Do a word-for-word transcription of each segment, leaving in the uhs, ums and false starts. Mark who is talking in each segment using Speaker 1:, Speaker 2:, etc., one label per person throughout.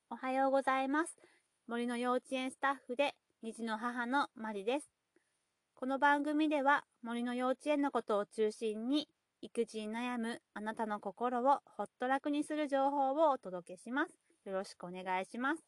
Speaker 1: おはようございます。森の幼稚園スタッフでに児の母のまりです。この番組では森の幼稚園のことを中心に育児に悩むあなたの心をほっと楽にする情報をお届けします。よろしくお願いします。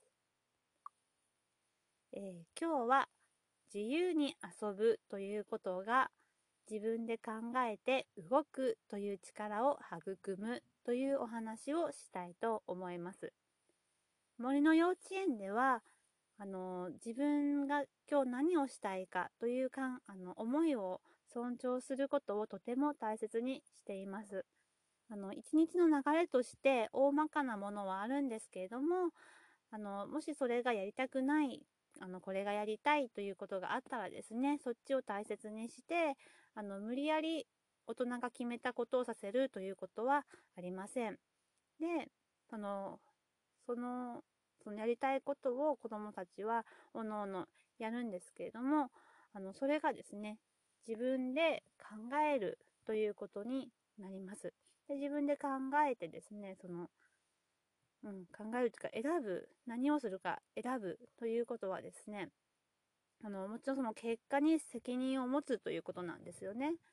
Speaker 1: えー今日は自由に遊ぶということが自分で考えて動くという力を育むというお話をしたいと思います。森の幼稚園ではあの自分が今日何をしたいかというかんあの思いを尊重することをとても大切にしています。あの一日の流れとして大まかなものはあるんですけれども、あのもしそれがやりたくない、あのこれがやりたいということがあったらですね、そっちを大切にして、あの無理やり大人が決めたことをさせるということはありません。で、あのそのそのやりたいことを子どもたちはおのおのやるんですけれども、あのそれがですね、自分で考えるということになります。で、自分で考えてですね、その、うん、考えるというか選ぶ、何をするか選ぶということはですね、あのもちろんその結果に責任を持つということなんですよね。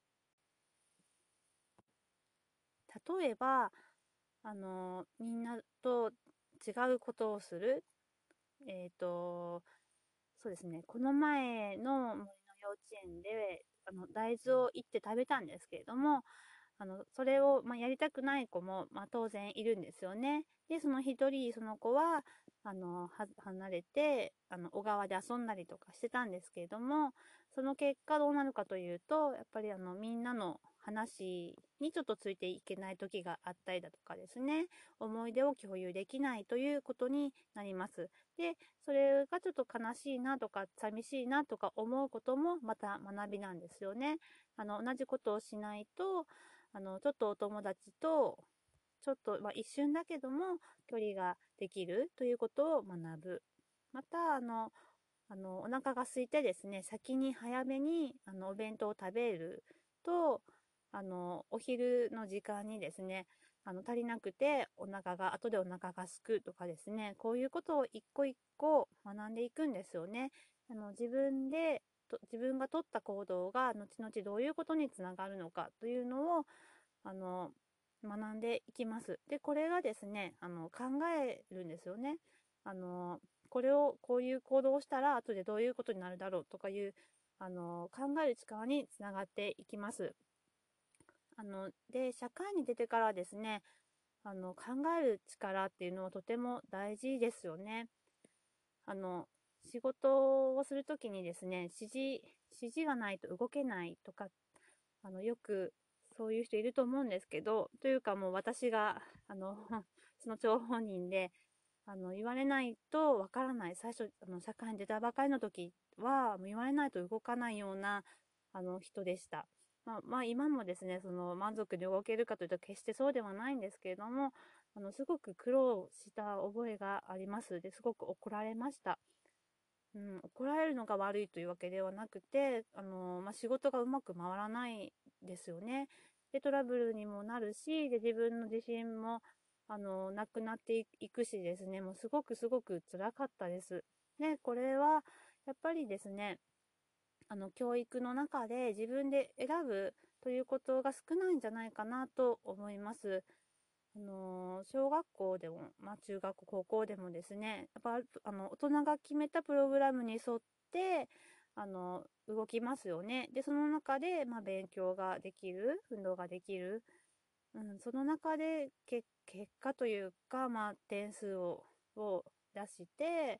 Speaker 1: 例えば、あのみんなと違うことをする。えっ、とそうですね。この前の森の幼稚園で、あの、大豆をいって食べたんですけれども、あの、それを、まあ、やりたくない子も、まあ、当然いるんですよね。で、その一人、その子は、あの、は、離れて、あの、小川で遊んだりとかしてたんですけれども、その結果どうなるかというと、やっぱりあの、みんなの話にちょっとついていけない時があったりだとかですね、思い出を共有できないということになります。で、それがちょっと悲しいなとか、寂しいなとか思うこともまた学びなんですよね。あの、同じことをしないと、あの、ちょっとお友達と、ちょっと、まあ、一瞬だけども距離ができるということを学ぶ。また、あの、あのお腹が空いてですね、先に早めにあのお弁当を食べると、あのお昼の時間にですね、あの足りなくてお腹が後でお腹がすくとかですね、こういうことを一個一個学んでいくんですよね。あの自分でと自分が取った行動が後々どういうことにつながるのかというのをあの学んでいきます。で、これがですね、あの考えるんですよね。あのこれをこういう行動をしたら後でどういうことになるだろうとかいうあの考える力につながっていきます。あので、社会に出てからですね、あの考える力っていうのはとても大事ですよね。あの仕事をするときにですね、指示指示がないと動けないとか、あのよくそういう人いると思うんですけど、というかもう私があのその張本人で、あの言われないとわからない、最初あの社会に出たばかりの時はもう言われないと動かないようなあの人でした。まあ、まあ、今もですね、その満足に動けるかというと決してそうではないんですけれども、あのすごく苦労した覚えがあります。ですごく怒られました。うん、怒られるのが悪いというわけではなくて、あのまあ、仕事がうまく回らないですよね。で、トラブルにもなるし、で、自分の自信も、あのなくなっていくしですね、もうすごくすごく辛かったです。で、これは、やっぱりですね、あの、教育の中で自分で選ぶということが少ないんじゃないかなと思います。あの小学校でも、まあ、中学校、高校でもですね、やっぱあの大人が決めたプログラムに沿ってあの動きますよね。で、その中で、まあ、勉強ができる、運動ができる、うん、その中でけ結果というか、まあ、点数をを出して、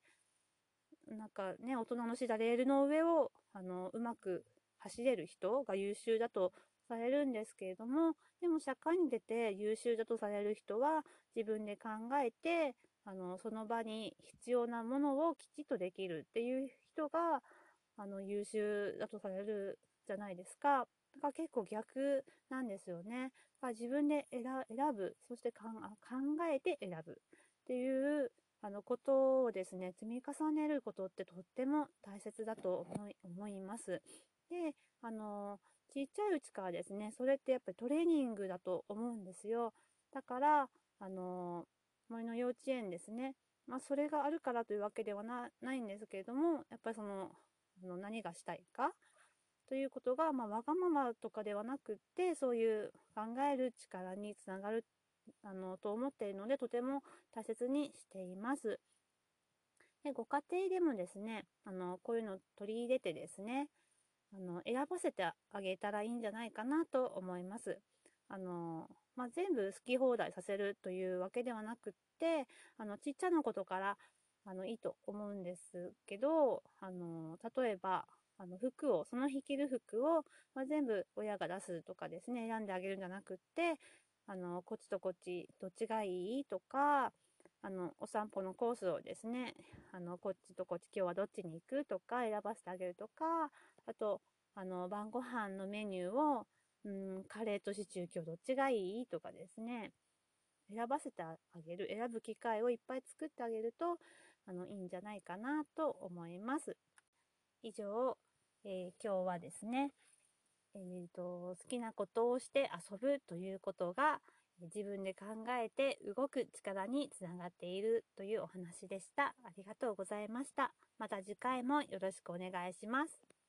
Speaker 1: なんかね、大人の敷いたレールの上をあのうまく走れる人が優秀だとされるんですけれども、でも社会に出て優秀だとされる人は自分で考えて、あのその場に必要なものをきちっとできるっていう人があの優秀だとされるじゃないですか。だから結構逆なんですよね。だから自分で選選ぶ、そして考えて選ぶっていうあのことをですね、積み重ねることってとっても大切だと思い思います。で、あの、ちっちゃいうちからですね、それってやっぱりトレーニングだと思うんですよ。だから、あの、森の幼稚園ですね。 まあ、それがあるからというわけではな、ないんですけれども、やっぱりその、あの何がしたいかということが、まあ、わがままとかではなくって、そういう考える力につながるあのと思っているので、とても大切にしています。で、ご家庭でもですね、あのこういうのを取り入れてですね、あの選ばせてあげたらいいんじゃないかなと思います。あのまあ、全部好き放題させるというわけではなくって、あのちっちゃなことからあのいいと思うんですけど、あの例えばあの服をその日着る服を、まあ、全部親が出すとかですね、選んであげるんじゃなくって、あのこっちとこっちどっちがいいとか、あのお散歩のコースをですね、あのこっちとこっち今日はどっちに行くとか選ばせてあげるとか、あとあの晩ご飯のメニューを、うん、カレーとシチュー今日どっちがいいとかですね、選ばせてあげる、選ぶ機会をいっぱい作ってあげると、あのいいんじゃないかなと思います。以上、えー今日はですね、えーと、好きなことをして遊ぶということが、自分で考えて動く力につながっているというお話でした。ありがとうございました。また次回もよろしくお願いします。